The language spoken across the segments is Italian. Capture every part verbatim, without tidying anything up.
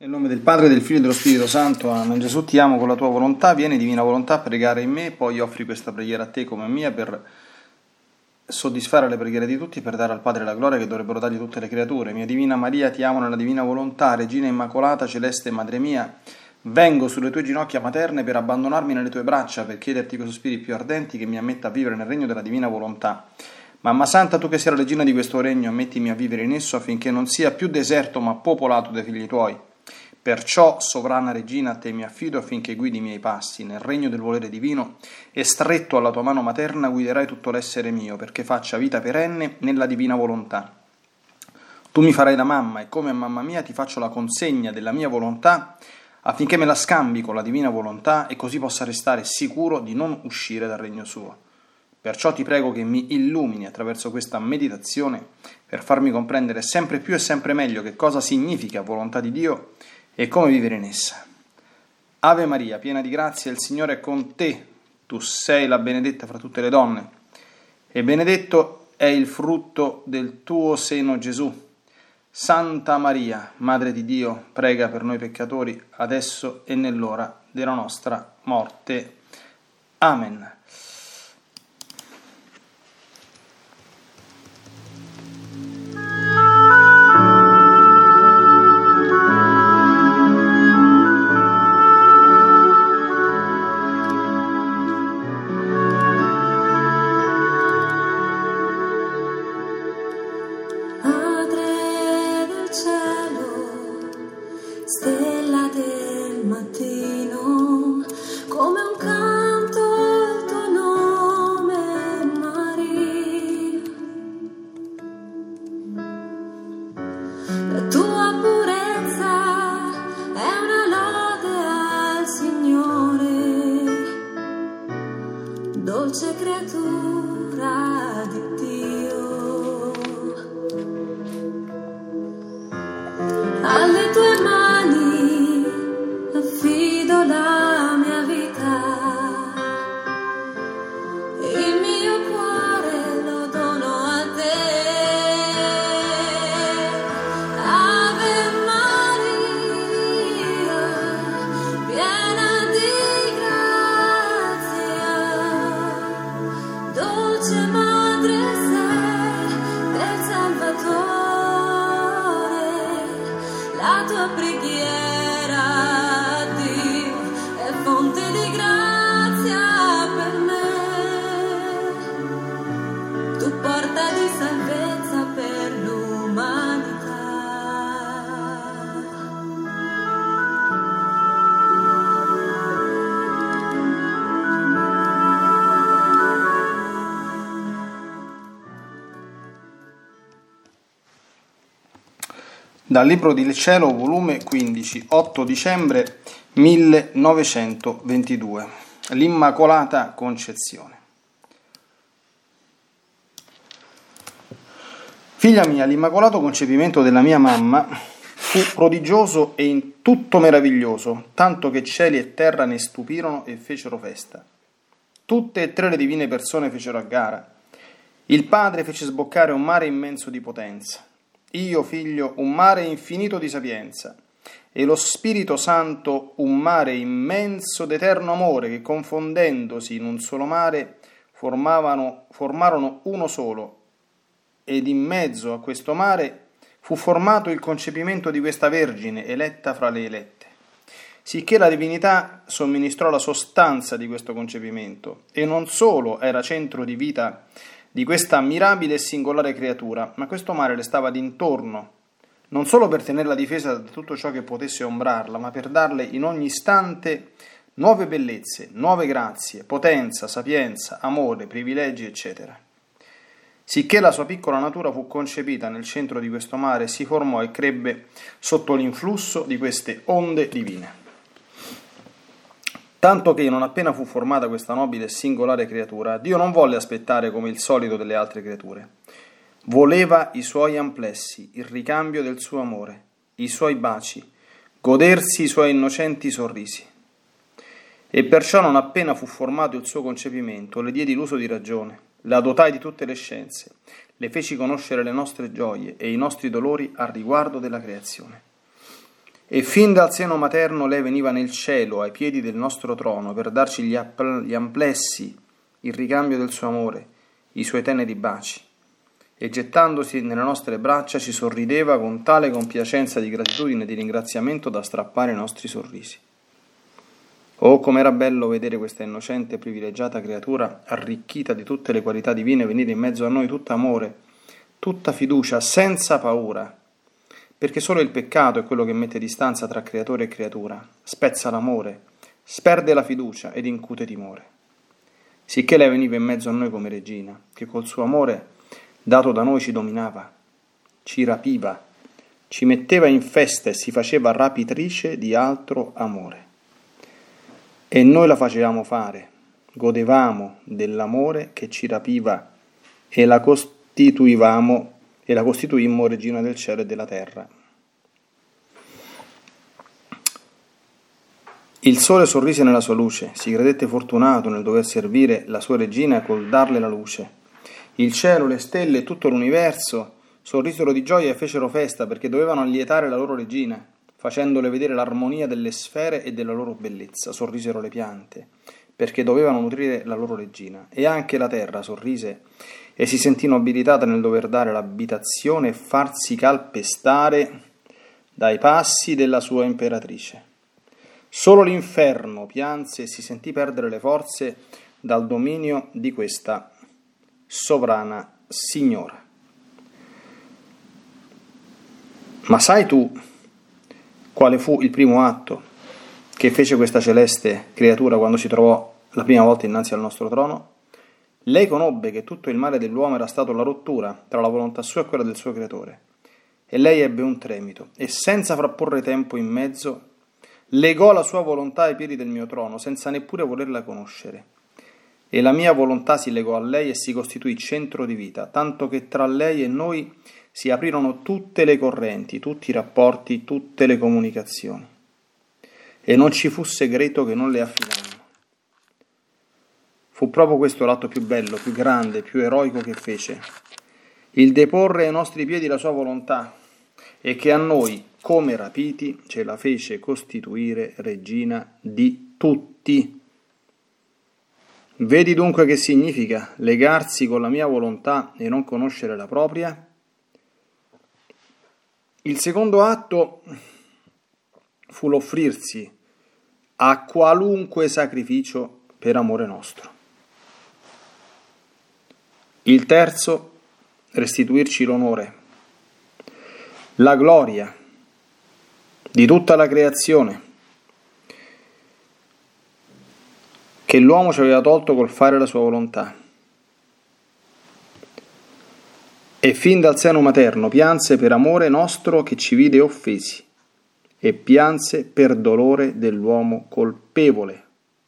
Nel nome del Padre, del Figlio e dello Spirito Santo, amen. Gesù, ti amo con la tua volontà, vieni divina volontà a pregare in me, poi offri questa preghiera a te come mia per soddisfare le preghiere di tutti e per dare al Padre la gloria che dovrebbero dargli tutte le creature. Mia Divina Maria, ti amo nella divina volontà, Regina Immacolata, Celeste Madre mia, vengo sulle tue ginocchia materne per abbandonarmi nelle tue braccia, per chiederti con sospiri più ardenti che mi ammetta a vivere nel regno della divina volontà. Mamma Santa, tu che sei la regina di questo regno, ammettimi a vivere in esso affinché non sia più deserto ma popolato dai figli tuoi. Perciò, sovrana regina, a te mi affido affinché guidi i miei passi nel regno del volere divino e stretto alla tua mano materna guiderai tutto l'essere mio perché faccia vita perenne nella divina volontà. Tu mi farai da mamma e come a mamma mia ti faccio la consegna della mia volontà affinché me la scambi con la divina volontà e così possa restare sicuro di non uscire dal regno suo. Perciò ti prego che mi illumini attraverso questa meditazione per farmi comprendere sempre più e sempre meglio che cosa significa volontà di Dio e come vivere in essa. Ave Maria, piena di grazia, il Signore è con te. Tu sei la benedetta fra tutte le donne e benedetto è il frutto del tuo seno, Gesù. Santa Maria, Madre di Dio, prega per noi peccatori, adesso e nell'ora della nostra morte. Amen. Stella del mattino, come un canto il tuo nome, Maria. La tua purezza è una lode al Signore, dolce creatura di Dio. Alle tue mani affido la mia vita, il mio cuore lo dono a te. Ave Maria, piena di grazia, dolce madre sei del Salvatore. La tua preghiera a Dio è fonte di grazia per me, tu porta di salvezza per l'umanità. Dal Libro del Cielo, volume quindici, otto dicembre millenovecentoventidue. L'Immacolata Concezione. Figlia mia, l'immacolato concepimento della mia mamma fu prodigioso e in tutto meraviglioso, tanto che cieli e terra ne stupirono e fecero festa. Tutte e tre le divine persone fecero a gara. Il Padre fece sboccare un mare immenso di potenza. Io, Figlio, un mare infinito di sapienza, e lo Spirito Santo un mare immenso d'eterno amore che, confondendosi in un solo mare, formavano, formarono uno solo, ed in mezzo a questo mare fu formato il concepimento di questa Vergine, eletta fra le elette. Sicché la divinità somministrò la sostanza di questo concepimento, e non solo era centro di vita di questa ammirabile e singolare creatura, ma questo mare le stava d'intorno, non solo per tenerla difesa da tutto ciò che potesse ombrarla, ma per darle in ogni istante nuove bellezze, nuove grazie, potenza, sapienza, amore, privilegi, eccetera. Sicché la sua piccola natura fu concepita nel centro di questo mare, si formò e crebbe sotto l'influsso di queste onde divine. Tanto che non appena fu formata questa nobile e singolare creatura, Dio non volle aspettare come il solito delle altre creature. Voleva i suoi amplessi, il ricambio del suo amore, i suoi baci, godersi i suoi innocenti sorrisi. E perciò non appena fu formato il suo concepimento, le diedi l'uso di ragione, la dotai di tutte le scienze, le feci conoscere le nostre gioie e i nostri dolori al riguardo della creazione. E fin dal seno materno lei veniva nel cielo, ai piedi del nostro trono, per darci gli, app- gli amplessi, il ricambio del suo amore, i suoi teneri baci. E gettandosi nelle nostre braccia ci sorrideva con tale compiacenza di gratitudine e di ringraziamento da strappare i nostri sorrisi. Oh, com'era bello vedere questa innocente e privilegiata creatura, arricchita di tutte le qualità divine, venire in mezzo a noi tutta amore, tutta fiducia, senza paura, perché solo il peccato è quello che mette distanza tra creatore e creatura, spezza l'amore, sperde la fiducia ed incute timore. Sicché lei veniva in mezzo a noi come regina, che col suo amore dato da noi ci dominava, ci rapiva, ci metteva in festa e si faceva rapitrice di altro amore. E noi la facevamo fare, godevamo dell'amore che ci rapiva e la costituivamo e la costituimmo regina del cielo e della terra. Il sole sorrise nella sua luce, si credette fortunato nel dover servire la sua regina col darle la luce. Il cielo, le stelle e tutto l'universo sorrisero di gioia e fecero festa perché dovevano allietare la loro regina, facendole vedere l'armonia delle sfere e della loro bellezza. Sorrisero le piante perché dovevano nutrire la loro regina, e anche la terra sorrise e si sentì nobilitata nel dover dare l'abitazione e farsi calpestare dai passi della sua imperatrice. Solo l'inferno pianse e si sentì perdere le forze dal dominio di questa sovrana signora. Ma sai tu quale fu il primo atto che fece questa celeste creatura quando si trovò la prima volta innanzi al nostro trono? Lei conobbe che tutto il male dell'uomo era stato la rottura tra la volontà sua e quella del suo creatore, e lei ebbe un tremito e senza frapporre tempo in mezzo legò la sua volontà ai piedi del mio trono senza neppure volerla conoscere, e la mia volontà si legò a lei e si costituì centro di vita, tanto che tra lei e noi si aprirono tutte le correnti, tutti i rapporti, tutte le comunicazioni, e non ci fu segreto che non le affidammo. Fu proprio questo l'atto più bello, più grande, più eroico che fece, il deporre ai nostri piedi la sua volontà, e che a noi, come rapiti, ce la fece costituire regina di tutti. Vedi dunque che significa legarsi con la mia volontà e non conoscere la propria? Il secondo atto fu l'offrirsi a qualunque sacrificio per amore nostro. Il terzo, restituirci l'onore, la gloria di tutta la creazione che l'uomo ci aveva tolto col fare la sua volontà. E fin dal seno materno pianse per amore nostro che ci vide offesi, e pianse per dolore dell'uomo colpevole.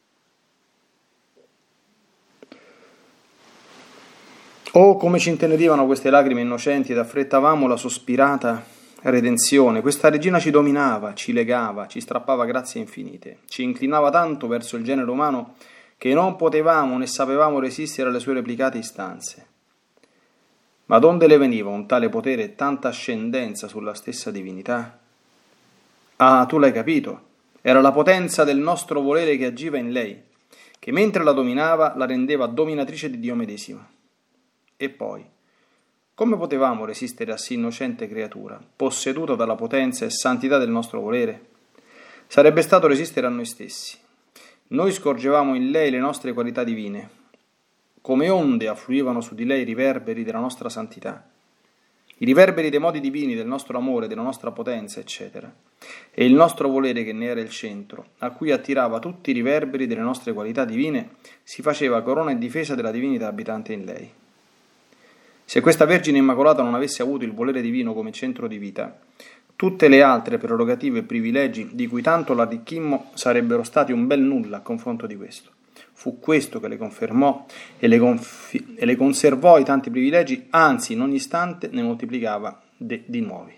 Oh, come ci intenerivano queste lacrime innocenti ed affrettavamo la sospirata redenzione. Questa regina ci dominava, ci legava, ci strappava grazie infinite, ci inclinava tanto verso il genere umano che non potevamo né sapevamo resistere alle sue replicate istanze. Ma donde le veniva un tale potere e tanta ascendenza sulla stessa divinità? Ah, tu l'hai capito, era la potenza del nostro volere che agiva in lei, che mentre la dominava la rendeva dominatrice di Dio medesimo. E poi, come potevamo resistere a sì innocente creatura, posseduta dalla potenza e santità del nostro volere? Sarebbe stato resistere a noi stessi. Noi scorgevamo in lei le nostre qualità divine, come onde affluivano su di lei i riverberi della nostra santità, i riverberi dei modi divini, del nostro amore, della nostra potenza, eccetera, e il nostro volere, che ne era il centro, a cui attirava tutti i riverberi delle nostre qualità divine, si faceva corona e difesa della divinità abitante in lei. Se questa Vergine Immacolata non avesse avuto il volere divino come centro di vita, tutte le altre prerogative e privilegi di cui tanto l'arricchimmo sarebbero stati un bel nulla a confronto di questo. Fu questo che le confermò e le, confi- e le conservò i tanti privilegi, anzi in ogni istante ne moltiplicava de- di nuovi.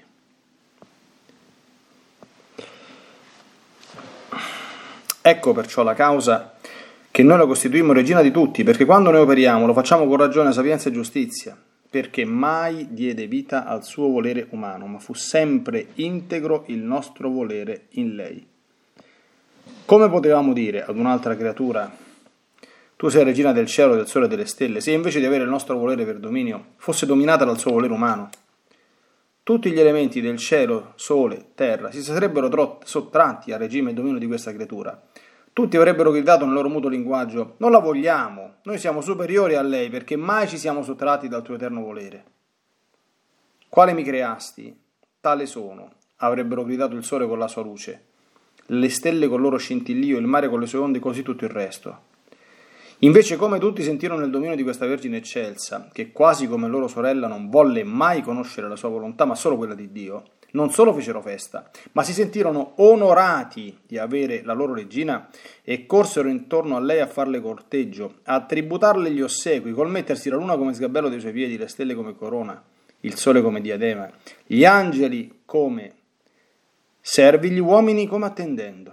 Ecco perciò la causa che noi la costituimmo regina di tutti, perché quando noi operiamo lo facciamo con ragione, sapienza e giustizia, perché mai diede vita al suo volere umano, ma fu sempre integro il nostro volere in lei. Come potevamo dire ad un'altra creatura: tu sei regina del cielo, del sole e delle stelle, se invece di avere il nostro volere per dominio fosse dominata dal suo volere umano? Tutti gli elementi del cielo, sole, terra si sarebbero trot- sottratti al regime e dominio di questa creatura. Tutti avrebbero gridato nel loro muto linguaggio: non la vogliamo, noi siamo superiori a lei perché mai ci siamo sottratti dal tuo eterno volere. Quale mi creasti? Tale sono, avrebbero gridato il sole con la sua luce, le stelle col loro scintillio, il mare con le sue onde e così tutto il resto. Invece, come tutti sentirono il dominio di questa Vergine eccelsa, che quasi come loro sorella non volle mai conoscere la sua volontà, ma solo quella di Dio, non solo fecero festa, ma si sentirono onorati di avere la loro regina e corsero intorno a lei a farle corteggio, a tributarle gli ossequi, col mettersi la luna come sgabello dei suoi piedi, le stelle come corona, il sole come diadema, gli angeli come servi, gli uomini come attendendo.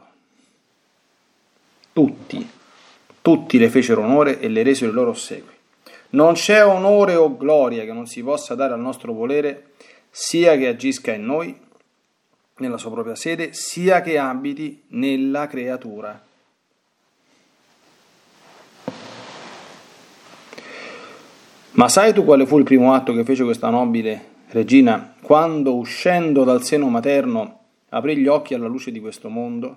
Tutti, tutti le fecero onore e le resero i loro ossequi. Non c'è onore o gloria che non si possa dare al nostro volere, sia che agisca in noi, nella sua propria sede, sia che abiti nella creatura. Ma sai tu quale fu il primo atto che fece questa nobile regina quando, uscendo dal seno materno, aprì gli occhi alla luce di questo mondo?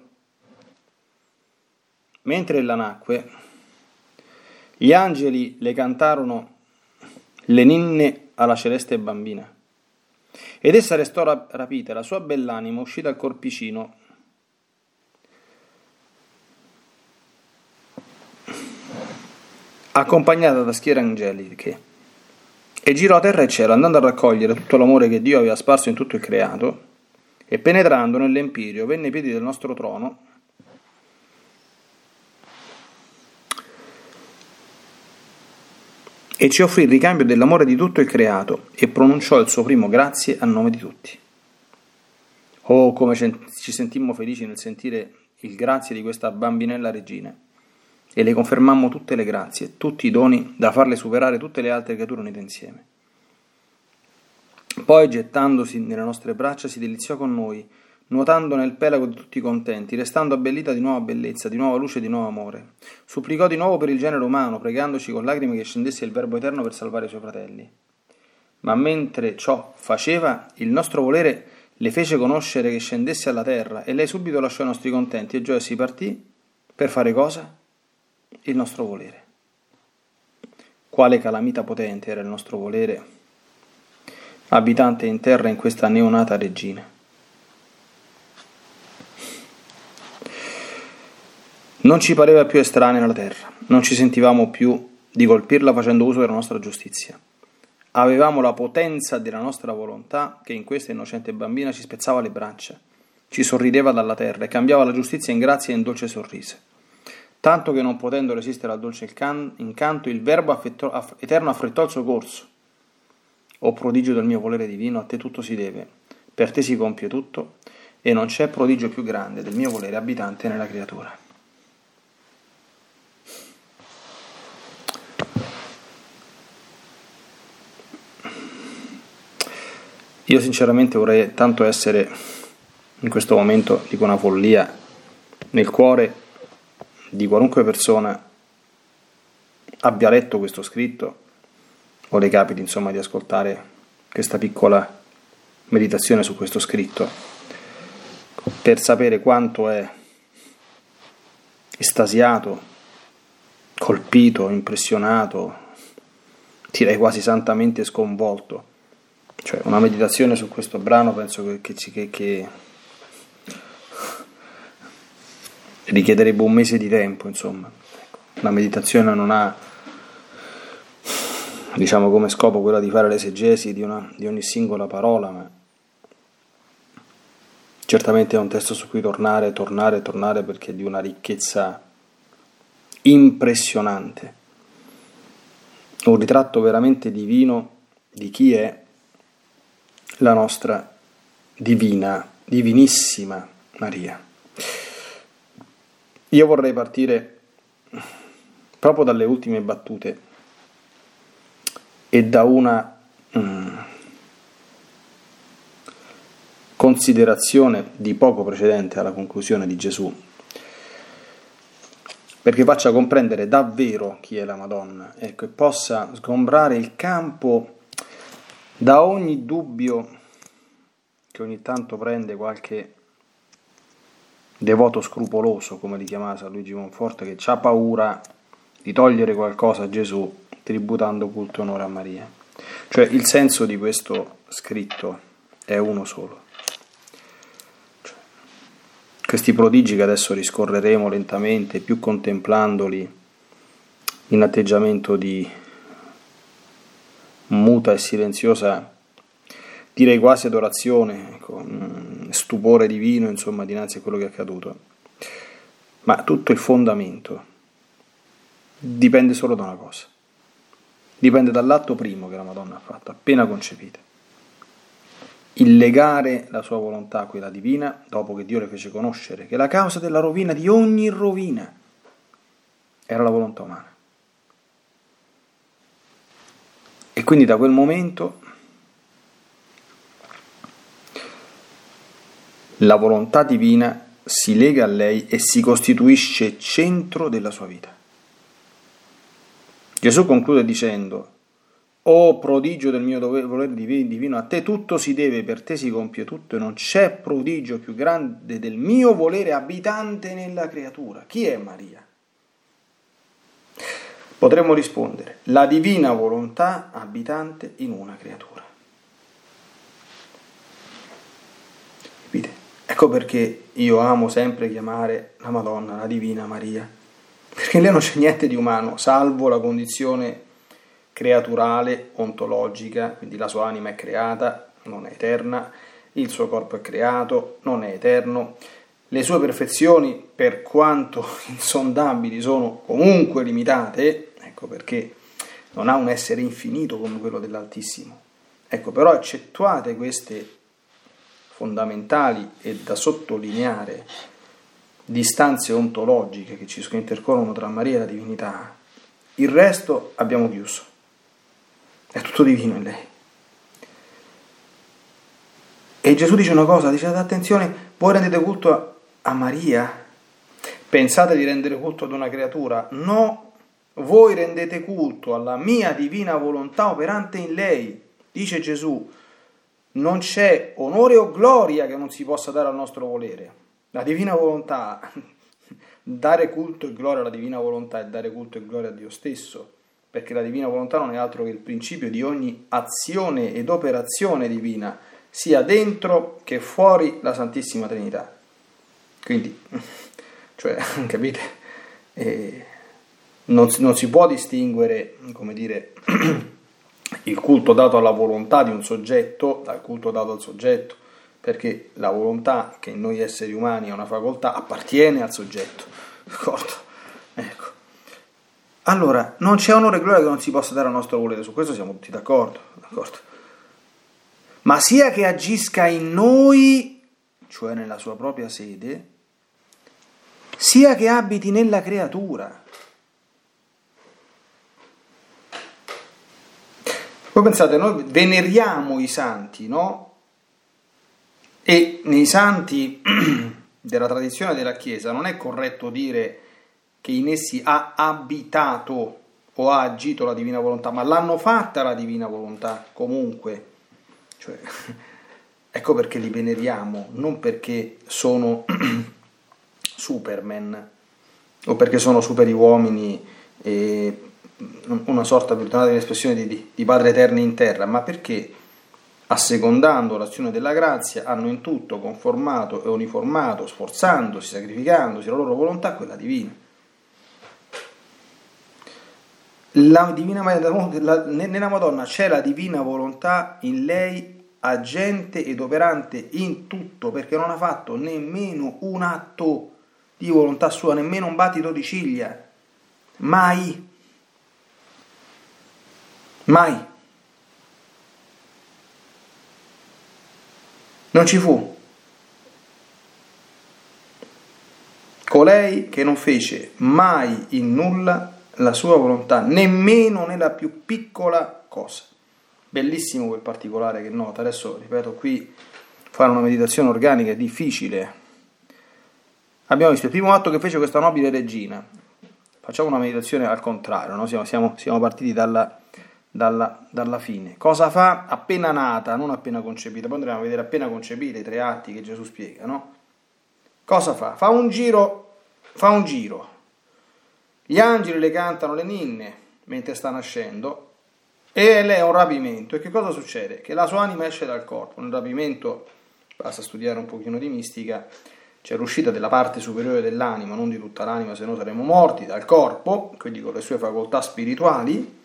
Mentre ella nacque, gli angeli le cantarono le ninne alla celeste bambina, ed essa restò rapita, la sua bell'anima uscì dal corpicino accompagnata da schiere angeliche, e girò terra e cielo, andando a raccogliere tutto l'amore che Dio aveva sparso in tutto il creato, e penetrando nell'empirio venne ai piedi del nostro trono e ci offrì il ricambio dell'amore di tutto il creato e pronunciò il suo primo grazie a nome di tutti. Oh, come ci sentimmo felici nel sentire il grazie di questa bambinella regina, e le confermammo tutte le grazie, tutti i doni da farle superare tutte le altre creature unite insieme. Poi, gettandosi nelle nostre braccia, si deliziò con noi, nuotando nel pelago di tutti i contenti, restando abbellita di nuova bellezza, di nuova luce e di nuovo amore. Supplicò di nuovo per il genere umano, pregandoci con lacrime che scendesse il Verbo eterno per salvare i suoi fratelli. Ma mentre ciò faceva, il nostro volere le fece conoscere che scendesse alla terra, e lei subito lasciò i nostri contenti e gioia e si partì per fare cosa? Il nostro volere. Quale calamita potente era il nostro volere, abitante in terra in questa neonata regina. Non ci pareva più estranea alla terra, non ci sentivamo più di colpirla facendo uso della nostra giustizia. Avevamo la potenza della nostra volontà che in questa innocente bambina ci spezzava le braccia, ci sorrideva dalla terra e cambiava la giustizia in grazia e in dolce sorrise. Tanto che non potendo resistere al dolce incanto, il Verbo affettò, aff, eterno affrettò il suo corso. O prodigio del mio volere divino, a te tutto si deve, per te si compie tutto, e non c'è prodigio più grande del mio volere abitante nella creatura. Io sinceramente vorrei tanto essere, in questo momento, dico una follia, nel cuore di qualunque persona abbia letto questo scritto o le capiti insomma di ascoltare questa piccola meditazione su questo scritto, per sapere quanto è estasiato, colpito, impressionato, direi quasi santamente sconvolto. Cioè, una meditazione su questo brano penso che, che, che, che richiederebbe un mese di tempo, insomma. La meditazione non ha, diciamo, come scopo quella di fare l'esegesi di, una, di ogni singola parola, ma certamente è un testo su cui tornare, tornare, tornare, perché è di una ricchezza impressionante. Un ritratto veramente divino di chi è la nostra divina, divinissima Maria. Io vorrei partire proprio dalle ultime battute e da una mm, considerazione di poco precedente alla conclusione di Gesù, perché faccia comprendere davvero chi è la Madonna, ecco, e possa sgombrare il campo da ogni dubbio che ogni tanto prende qualche devoto scrupoloso, come li chiamava San Luigi Monforte, che ha paura di togliere qualcosa a Gesù tributando culto e onore a Maria. Cioè, il senso di questo scritto è uno solo. Cioè, questi prodigi che adesso riscorreremo lentamente, più contemplandoli in atteggiamento di muta e silenziosa, direi quasi adorazione, ecco, stupore divino, insomma, dinanzi a quello che è accaduto. Ma tutto il fondamento dipende solo da una cosa. Dipende dall'atto primo che la Madonna ha fatto, appena concepita. Il legare la sua volontà a quella divina, dopo che Dio le fece conoscere che la causa della rovina, di ogni rovina, era la volontà umana. E quindi da quel momento la volontà divina si lega a lei e si costituisce centro della sua vita. Gesù conclude dicendo: «O prodigio del mio volere divino, a te tutto si deve, per te si compie tutto, e non c'è prodigio più grande del mio volere abitante nella creatura». Chi è Maria? Potremmo rispondere: la divina volontà abitante in una creatura. Capite? Ecco perché io amo sempre chiamare la Madonna la Divina Maria, perché in lei non c'è niente di umano, salvo la condizione creaturale, ontologica, quindi la sua anima è creata, non è eterna, il suo corpo è creato, non è eterno, le sue perfezioni, per quanto insondabili, sono comunque limitate, ecco perché non ha un essere infinito come quello dell'Altissimo. Ecco, però eccettuate queste fondamentali e da sottolineare distanze ontologiche che ci intercorrono tra Maria e la divinità, il resto abbiamo chiuso, è tutto divino in lei. E Gesù dice una cosa, dice: attenzione, voi rendete culto a, a Maria, pensate di rendere culto ad una creatura? No, voi rendete culto alla mia divina volontà operante in lei, dice Gesù. Non c'è onore o gloria che non si possa dare al nostro volere. La divina volontà, dare culto e gloria alla divina volontà è dare culto e gloria a Dio stesso, perché la divina volontà non è altro che il principio di ogni azione ed operazione divina, sia dentro che fuori la Santissima Trinità. Quindi, cioè, capite? Eh, non, non si può distinguere, come dire, il culto dato alla volontà di un soggetto dal culto dato al soggetto, perché la volontà, che in noi esseri umani è una facoltà, appartiene al soggetto, d'accordo? Ecco. Allora, non c'è onore e gloria che non si possa dare al nostro volere, su questo siamo tutti d'accordo, d'accordo? Ma sia che agisca in noi, cioè nella sua propria sede, sia che abiti nella creatura. Voi pensate, noi veneriamo i santi, no? E nei santi della tradizione della Chiesa non è corretto dire che in essi ha abitato o ha agito la divina volontà, ma l'hanno fatta la divina volontà comunque. Cioè, ecco perché li veneriamo, non perché sono superman o perché sono superi uomini e una sorta, perdonate l'espressione, di, di, di padre eterni in terra, ma perché, assecondando l'azione della grazia, hanno in tutto conformato e uniformato, sforzandosi, sacrificandosi la loro volontà a quella divina. La divina, la, nella Madonna c'è la divina volontà in lei, agente ed operante in tutto, perché non ha fatto nemmeno un atto di volontà sua, nemmeno un battito di ciglia, mai. Mai. Non ci fu. Colei che non fece mai in nulla la sua volontà, nemmeno nella più piccola cosa. bellissimo quel particolare che nota. Adesso, ripeto, qui fare una meditazione organica è difficile. Abbiamo visto il primo atto che fece questa nobile regina. Facciamo una meditazione al contrario, no? siamo, siamo, siamo partiti dalla, dalla, dalla fine. Cosa fa appena nata, non appena concepita? Poi andremo a vedere appena concepita, i tre atti che Gesù spiega, no? Cosa fa? Fa un giro, fa un giro. Gli angeli le cantano le ninne mentre sta nascendo e lei ha un rapimento. E che cosa succede? Che la sua anima esce dal corpo. Nel rapimento, basta studiare un pochino di mistica, c'è l'uscita della parte superiore dell'anima, non di tutta l'anima, se no saremmo morti, dal corpo, quindi con le sue facoltà spirituali.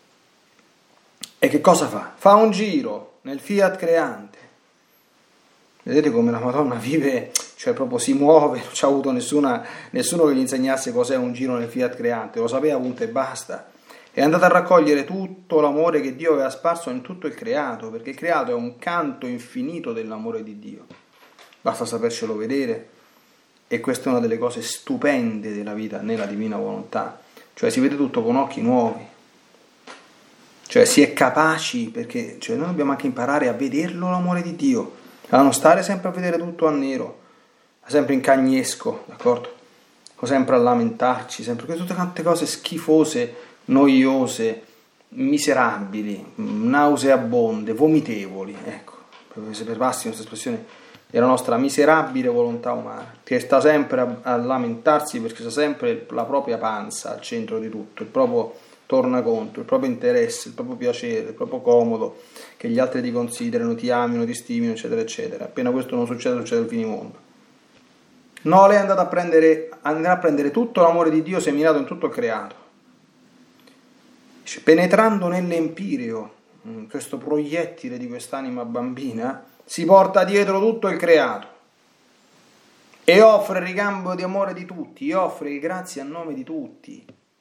E che cosa fa? Fa un giro nel fiat creante. Vedete come la Madonna vive, cioè proprio si muove, non c'ha avuto nessuna, nessuno che gli insegnasse cos'è un giro nel fiat creante, lo sapeva punto e basta. È andata a raccogliere tutto l'amore che Dio aveva sparso in tutto il creato, perché il creato è un canto infinito dell'amore di Dio. Basta sapercelo vedere, e questa è una delle cose stupende della vita nella divina volontà, cioè si vede tutto con occhi nuovi, cioè si è capaci, perché cioè noi dobbiamo anche imparare a vederlo l'amore di Dio, a non stare sempre a vedere tutto a nero, sempre in cagnesco, d'accordo? O sempre a lamentarci, sempre tutte tante cose schifose, noiose, miserabili, nauseabonde, vomitevoli, ecco, se per passi questa espressione della nostra miserabile volontà umana, che sta sempre a, a lamentarsi perché sta sempre la propria panza al centro di tutto, il proprio tornaconto, il proprio interesse, il proprio piacere, il proprio comodo, che gli altri ti considerano, ti amino, ti stimino, eccetera, eccetera. Appena questo non succede, succede il finimondo. No, lei è andata a prendere, andrà a prendere tutto l'amore di Dio seminato in tutto il creato. Penetrando nell'empireo, questo proiettile di quest'anima bambina, si porta dietro tutto il creato e offre il ricambio di amore di tutti, e offre il grazie a nome di tutti.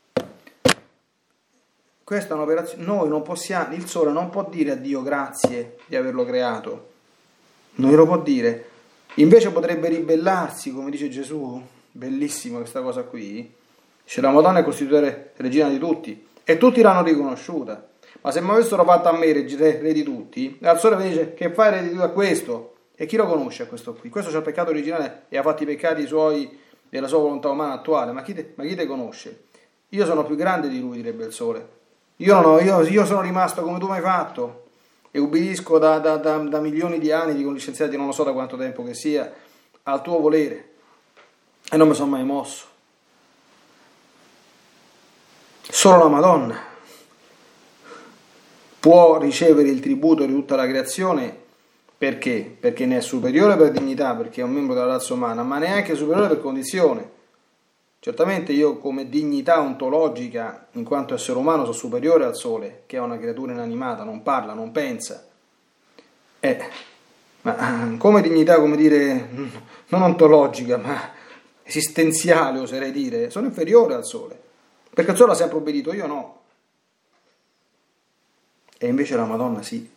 Questa è un'operazione, noi non possiamo, il sole non può dire a Dio grazie di averlo creato, non glielo può dire, invece potrebbe ribellarsi, come dice Gesù, bellissima questa cosa qui, dice la Madonna è costituita regina di tutti, e tutti l'hanno riconosciuta. Ma se mi avessero fatto a me re, re di tutti, al sole mi dice che fai re di tutti a questo? E chi lo conosce a questo qui? Questo c'è il peccato originale e ha fatto i peccati suoi della sua volontà umana attuale. Ma chi te, ma chi te conosce? Io sono più grande di lui, direbbe il sole. Io, non ho, io, io sono rimasto come tu mi hai fatto e ubbidisco da, da, da, da milioni di anni, dicono licenziati, non lo so da quanto tempo che sia, al tuo volere. E non mi sono mai mosso. Solo la Madonna può ricevere il tributo di tutta la creazione. Perché? Perché ne è superiore per dignità, perché è un membro della razza umana, ma neanche superiore per condizione. Certamente io come dignità ontologica, in quanto essere umano, sono superiore al sole, che è una creatura inanimata, non parla, non pensa. Eh, ma come dignità, come dire, non ontologica, ma esistenziale, oserei dire, sono inferiore al sole. Perché il sole ha sempre obbedito, io no. E invece la Madonna sì.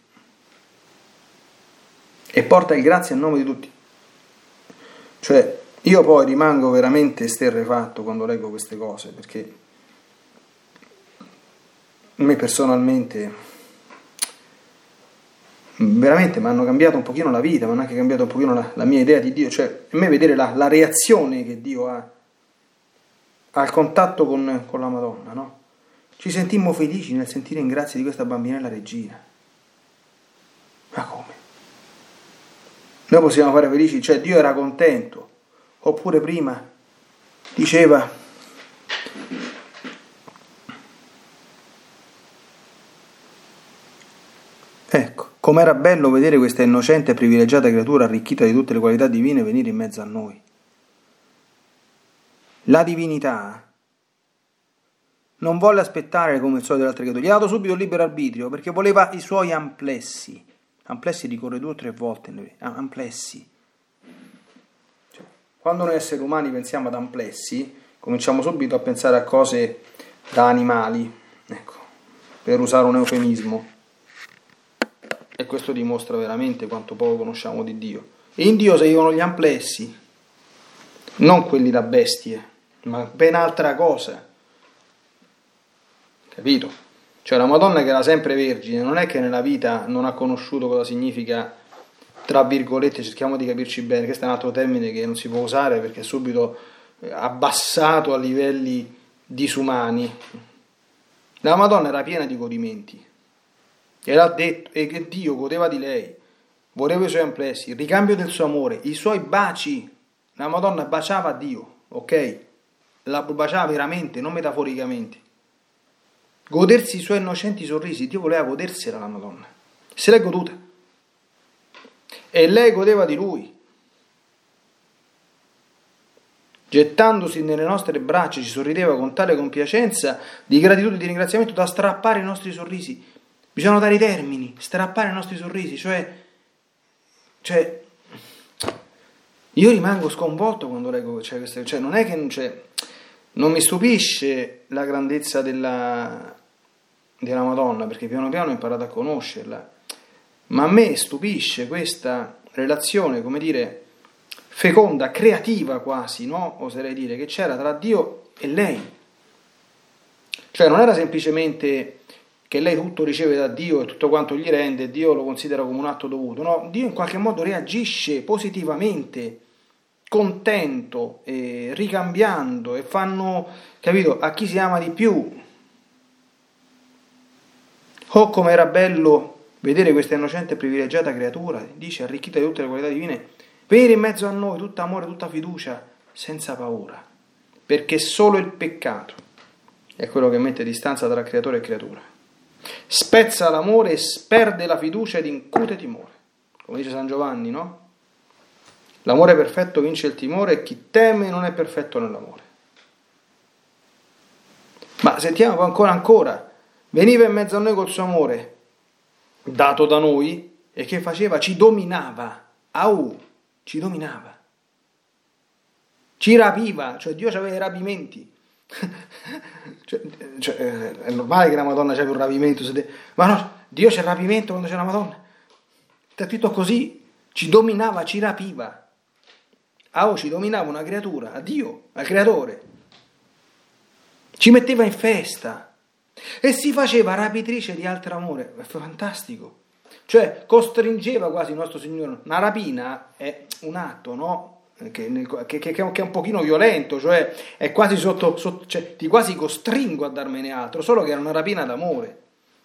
E porta il grazie a nome di tutti. Cioè, io poi rimango veramente esterrefatto quando leggo queste cose, perché a me personalmente veramente mi hanno cambiato un pochino la vita, mi hanno anche cambiato un pochino la, la mia idea di Dio. Cioè, a me vedere la, la reazione che Dio ha al contatto con, con la Madonna, no? Ci sentimmo felici nel sentire in grazia di questa bambinella regina. Ma come? Noi possiamo fare felici, cioè Dio era contento, oppure prima diceva ecco, com'era bello vedere questa innocente e privilegiata creatura arricchita di tutte le qualità divine venire in mezzo a noi. La divinità non volle aspettare come il solito delle altre creature, gli ha dato subito il libero arbitrio perché voleva i suoi amplessi. Amplessi ricorre due o tre volte, amplessi. Cioè, quando noi esseri umani pensiamo ad amplessi, cominciamo subito a pensare a cose da animali, ecco, per usare un eufemismo. E questo dimostra veramente quanto poco conosciamo di Dio. E in Dio si vivono gli amplessi, non quelli da bestie, ma ben altra cosa. Capito? Cioè la Madonna che era sempre vergine, non è che nella vita non ha conosciuto cosa significa, tra virgolette, cerchiamo di capirci bene, questo è un altro termine che non si può usare perché è subito abbassato a livelli disumani. La Madonna era piena di godimenti, e l'ha detto, e che Dio godeva di lei, voleva i suoi amplessi, il ricambio del suo amore, i suoi baci. La Madonna baciava Dio, ok? La baciava veramente, non metaforicamente. Godersi i suoi innocenti sorrisi, Dio voleva godersela la Madonna, se l'è goduta, e lei godeva di lui, gettandosi nelle nostre braccia ci sorrideva con tale compiacenza di gratitudine e di ringraziamento da strappare i nostri sorrisi. Bisogna dare i termini, strappare i nostri sorrisi, cioè, cioè io rimango sconvolto quando leggo, cioè, queste, cioè non è che non c'è, non mi stupisce la grandezza della, della Madonna, perché piano piano ho imparato a conoscerla, ma a me stupisce questa relazione, come dire, feconda, creativa quasi, no? Oserei dire, che c'era tra Dio e lei. Cioè non era semplicemente che lei tutto riceve da Dio e tutto quanto gli rende e Dio lo considera come un atto dovuto, no? Dio in qualche modo reagisce positivamente, contento, eh, ricambiando, e fanno, capito, a chi si ama di più. Oh, come era bello vedere questa innocente e privilegiata creatura, dice, arricchita di tutte le qualità divine, venire in mezzo a noi, tutta amore, tutta fiducia, senza paura, perché solo il peccato è quello che mette distanza tra creatore e creatura, spezza l'amore e sperde la fiducia ed incute timore, come dice San Giovanni, no? L'amore perfetto vince il timore e chi teme non è perfetto nell'amore. Ma sentiamo ancora ancora, veniva in mezzo a noi col suo amore dato da noi, e che faceva? Ci dominava, au, ci dominava, ci rapiva, cioè Dio aveva i rapimenti. cioè, cioè, è normale che la Madonna c'è un rapimento, ma no, Dio c'è il rapimento quando c'è la Madonna, è scritto così, ci dominava, ci rapiva. Ah, oh, ci dominava una creatura, a Dio, al creatore, ci metteva in festa e si faceva rapitrice di altro amore. È fantastico, cioè costringeva quasi il nostro Signore. Una rapina è un atto, no? Che, che, che, che è un pochino violento, cioè è quasi sotto, sotto cioè, ti quasi costringo a darmene altro, solo che era una rapina d'amore.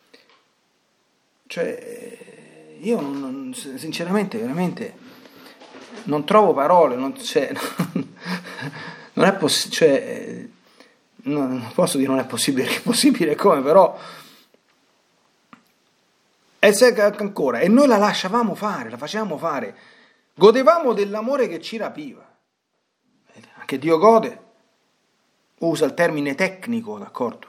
Cioè io non, non, sinceramente veramente non trovo parole, non, cioè, non è possibile, cioè, non posso dire non è possibile, è possibile come, però e se ancora, e noi la lasciavamo fare, la facevamo fare, godevamo dell'amore che ci rapiva. Anche Dio gode, usa il termine tecnico, d'accordo?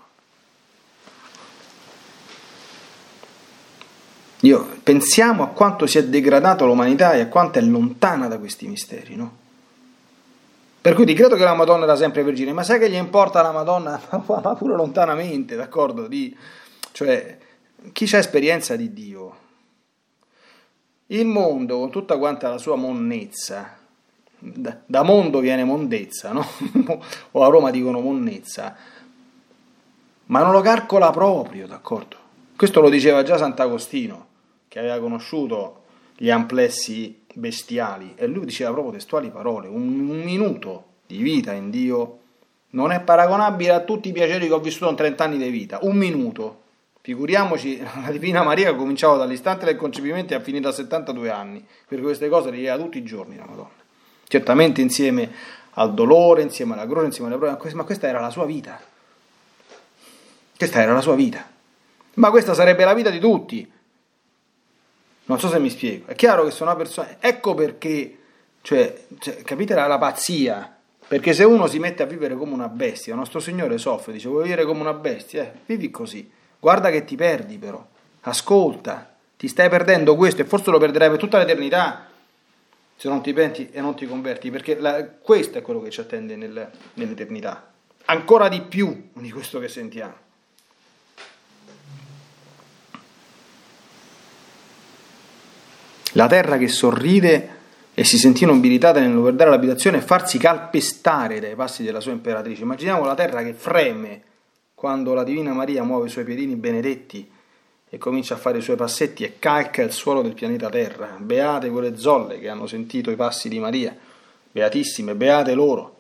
Io, pensiamo a quanto si è degradata l'umanità e a quanto è lontana da questi misteri, no? Per cui ti credo che la Madonna era sempre vergine, ma sai che gli importa la Madonna? Ma pure lontanamente, d'accordo? Di, cioè, chi c'ha esperienza di Dio, il mondo con tutta quanta la sua monnezza, da, da mondo viene mondezza, no? O a Roma dicono monnezza, ma non lo calcola proprio, d'accordo? Questo lo diceva già Sant'Agostino, che aveva conosciuto gli amplessi bestiali, e lui diceva proprio testuali parole: un, un minuto di vita in Dio non è paragonabile a tutti i piaceri che ho vissuto in trent'anni di vita. Un minuto, figuriamoci la Divina Maria che cominciava dall'istante del concepimento e ha finito a settantadue anni, perché queste cose le viveva tutti i giorni la Madonna, certamente insieme al dolore, insieme alla croce, insieme alle prove, ma questa era la sua vita, questa era la sua vita, ma questa sarebbe la vita di tutti. Non so se mi spiego. È chiaro che sono una persona, ecco perché, cioè, cioè capite la, la pazzia, perché se uno si mette a vivere come una bestia, il nostro Signore soffre, dice: vuoi vivere come una bestia? Eh, vivi così, guarda che ti perdi, però ascolta, ti stai perdendo questo e forse lo perderai per tutta l'eternità se non ti penti e non ti converti, perché la, questo è quello che ci attende nel, nell'eternità, ancora di più di questo che sentiamo. La terra che sorride e si sentì nobilitata nel guardare l'abitazione e farsi calpestare dai passi della sua imperatrice. Immaginiamo la terra che freme quando la Divina Maria muove i suoi piedini benedetti e comincia a fare i suoi passetti e calca il suolo del pianeta Terra. Beate quelle zolle che hanno sentito i passi di Maria, beatissime, beate loro.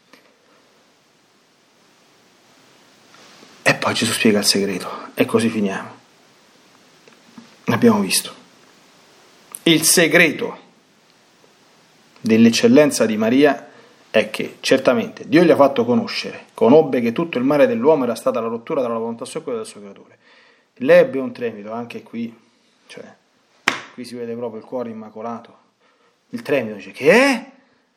E poi Gesù spiega il segreto e così finiamo. L'abbiamo visto. Il segreto dell'eccellenza di Maria è che certamente Dio gli ha fatto conoscere, conobbe che tutto il male dell'uomo era stata la rottura tra la volontà sua e quella del suo creatore. Lei ebbe un tremito, anche qui, cioè, qui si vede proprio il cuore immacolato. Il tremito dice, che è?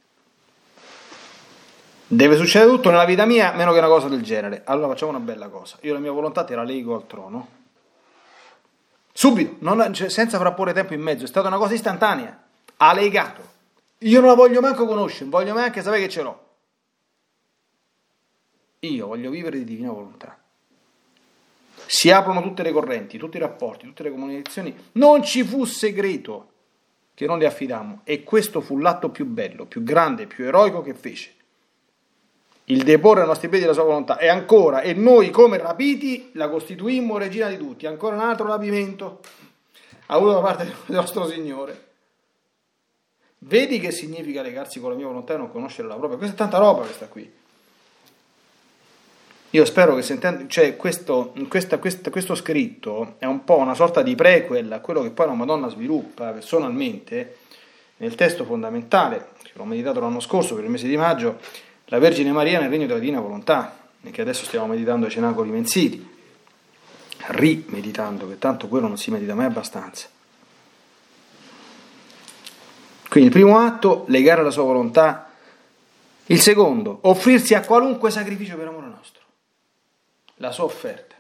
Deve succedere tutto nella vita mia, meno che una cosa del genere. Allora facciamo una bella cosa. Io la mia volontà te la lego al trono. Subito, non, cioè, senza frapporre tempo in mezzo. È stata una cosa istantanea. Ha legato. Io non la voglio manco conoscere, non voglio neanche sapere che ce l'ho. Io voglio vivere di divina volontà. Si aprono tutte le correnti, tutti i rapporti, tutte le comunicazioni. Non ci fu segreto che non le affidammo. E questo fu l'atto più bello, più grande, più eroico che fece. Il deporre ai nostri piedi la sua volontà. E ancora, e noi come rapiti la costituimmo regina di tutti. Ancora un altro rapimento avuto da parte del nostro Signore. Vedi che significa legarsi con la mia volontà e non conoscere la propria? Questa è tanta roba questa qui. Io spero che sentendo, cioè questo, questa, questa, questo scritto è un po' una sorta di prequel a quello che poi la Madonna sviluppa personalmente nel testo fondamentale, che l'ho meditato l'anno scorso per il mese di maggio, la Vergine Maria nel regno della Divina Volontà, e che adesso stiamo meditando ai cenacoli mensili, rimeditando, che tanto quello non si medita mai abbastanza. Quindi il primo atto, legare la sua volontà. Il secondo, offrirsi a qualunque sacrificio per amore nostro. La sua offerta.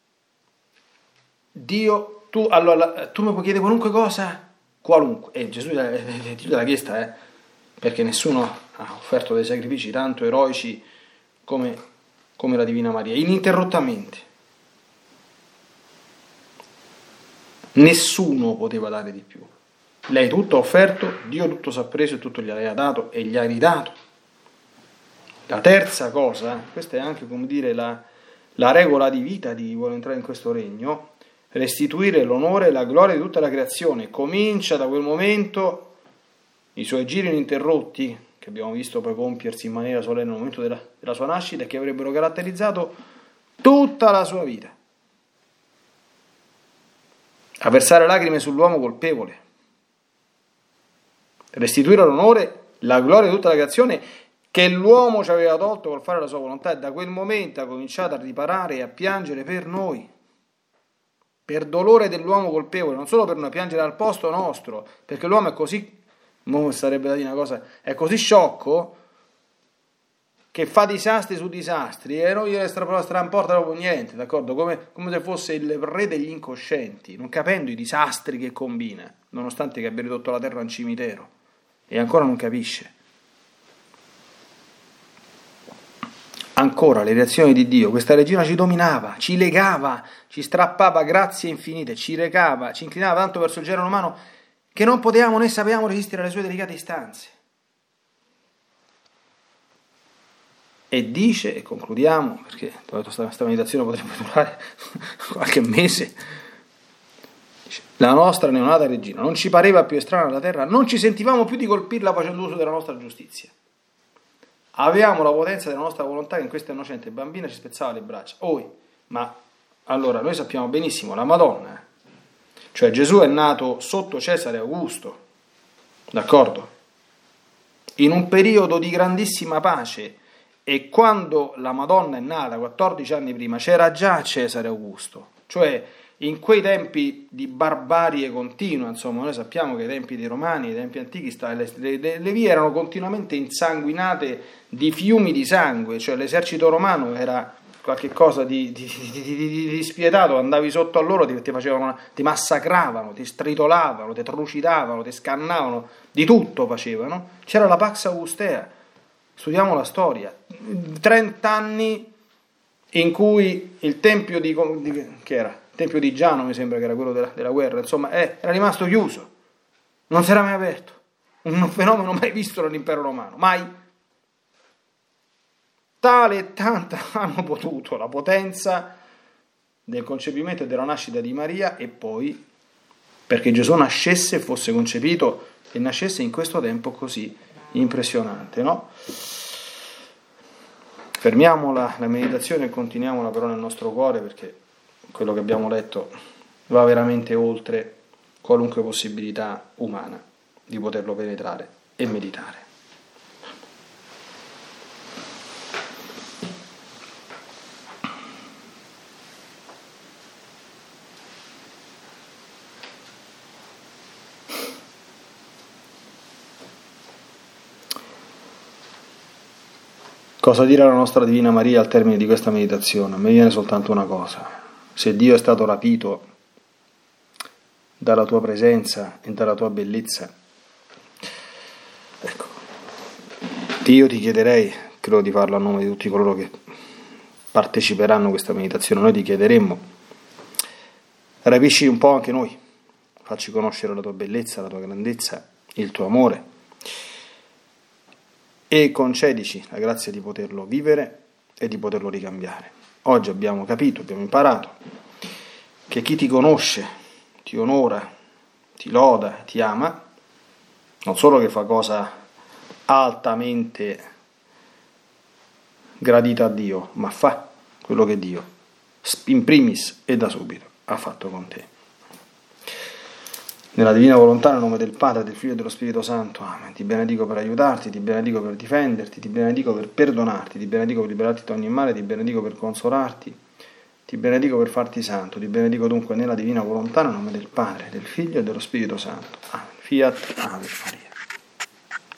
Dio, tu, allora, tu mi puoi chiedere qualunque cosa? Qualunque. E Gesù gliel'ha chiesta, eh, perché nessuno ha offerto dei sacrifici tanto eroici come, come la Divina Maria, ininterrottamente. Nessuno poteva dare di più. Lei tutto ha offerto, Dio tutto si ha preso e tutto gli aveva dato e gli ha ridato. La terza cosa, questa è anche come dire la, la regola di vita di chi vuole entrare in questo regno, restituire l'onore e la gloria di tutta la creazione. Comincia da quel momento i suoi giri ininterrotti, che abbiamo visto poi compiersi in maniera solenne nel momento della, della sua nascita e che avrebbero caratterizzato tutta la sua vita. A versare lacrime sull'uomo colpevole. Restituire l'onore, la gloria di tutta la creazione che l'uomo ci aveva tolto col fare la sua volontà, e da quel momento ha cominciato a riparare e a piangere per noi, per dolore dell'uomo colpevole, non solo per noi, piangere al posto nostro, perché l'uomo è così, mo sarebbe da dire una cosa, è così sciocco che fa disastri su disastri e non gliene stramporta proprio niente, d'accordo? Come, come se fosse il re degli incoscienti, non capendo i disastri che combina, nonostante che abbia ridotto la terra a un cimitero. E ancora non capisce. Ancora le reazioni di Dio, questa regina ci dominava, ci legava, ci strappava grazie infinite, ci recava, ci inclinava tanto verso il genere umano che non potevamo né sapevamo resistere alle sue delicate istanze. E dice, e concludiamo, perché questa meditazione potrebbe durare qualche mese, la nostra neonata regina non ci pareva più estranea alla terra, non ci sentivamo più di colpirla facendo uso della nostra giustizia. Avevamo la potenza della nostra volontà che in questa innocente bambina ci spezzava le braccia. Oi, ma allora noi sappiamo benissimo, la Madonna, cioè Gesù è nato sotto Cesare Augusto, d'accordo? In un periodo di grandissima pace, e quando la Madonna è nata quattordici anni prima c'era già Cesare Augusto, cioè in quei tempi di barbarie continua, insomma, noi sappiamo che i tempi dei Romani, i tempi antichi, le, le, le vie erano continuamente insanguinate di fiumi di sangue, cioè l'esercito romano era qualche cosa di, di, di, di, di, di spietato, andavi sotto a loro, ti, ti facevano, ti massacravano, ti stritolavano, ti trucidavano, ti scannavano, di tutto facevano. C'era la Pax Augustea, studiamo la storia, trent'anni in cui il tempio di, di che era? Il tempio di Giano, mi sembra che era quello della, della guerra, insomma, eh, era rimasto chiuso, non si era mai aperto, un fenomeno mai visto nell'impero romano, mai. tale e tanta hanno potuto la potenza del concepimento e della nascita di Maria, e poi perché Gesù nascesse, fosse concepito e nascesse in questo tempo così impressionante, no? Fermiamola la meditazione e continuiamola però nel nostro cuore, perché quello che abbiamo letto va veramente oltre qualunque possibilità umana di poterlo penetrare e meditare. Cosa dire alla nostra Divina Maria al termine di questa meditazione? A me viene soltanto una cosa: se Dio è stato rapito dalla tua presenza e dalla tua bellezza, ecco, io ti chiederei, credo di farlo a nome di tutti coloro che parteciperanno a questa meditazione, noi ti chiederemmo: rapisci un po' anche noi, facci conoscere la tua bellezza, la tua grandezza, il tuo amore, e concedici la grazia di poterlo vivere e di poterlo ricambiare. Oggi abbiamo capito, abbiamo imparato che chi ti conosce, ti onora, ti loda, ti ama, non solo che fa cosa altamente gradita a Dio, ma fa quello che Dio, in primis e da subito, ha fatto con te. Nella divina volontà, nel nome del Padre, del Figlio e dello Spirito Santo. Amen. Ti benedico per aiutarti, ti benedico per difenderti, ti benedico per perdonarti, ti benedico per liberarti da ogni male, ti benedico per consolarti, ti benedico per farti santo, ti benedico dunque nella divina volontà, nel nome del Padre, del Figlio e dello Spirito Santo. Amen. Fiat Ave Maria.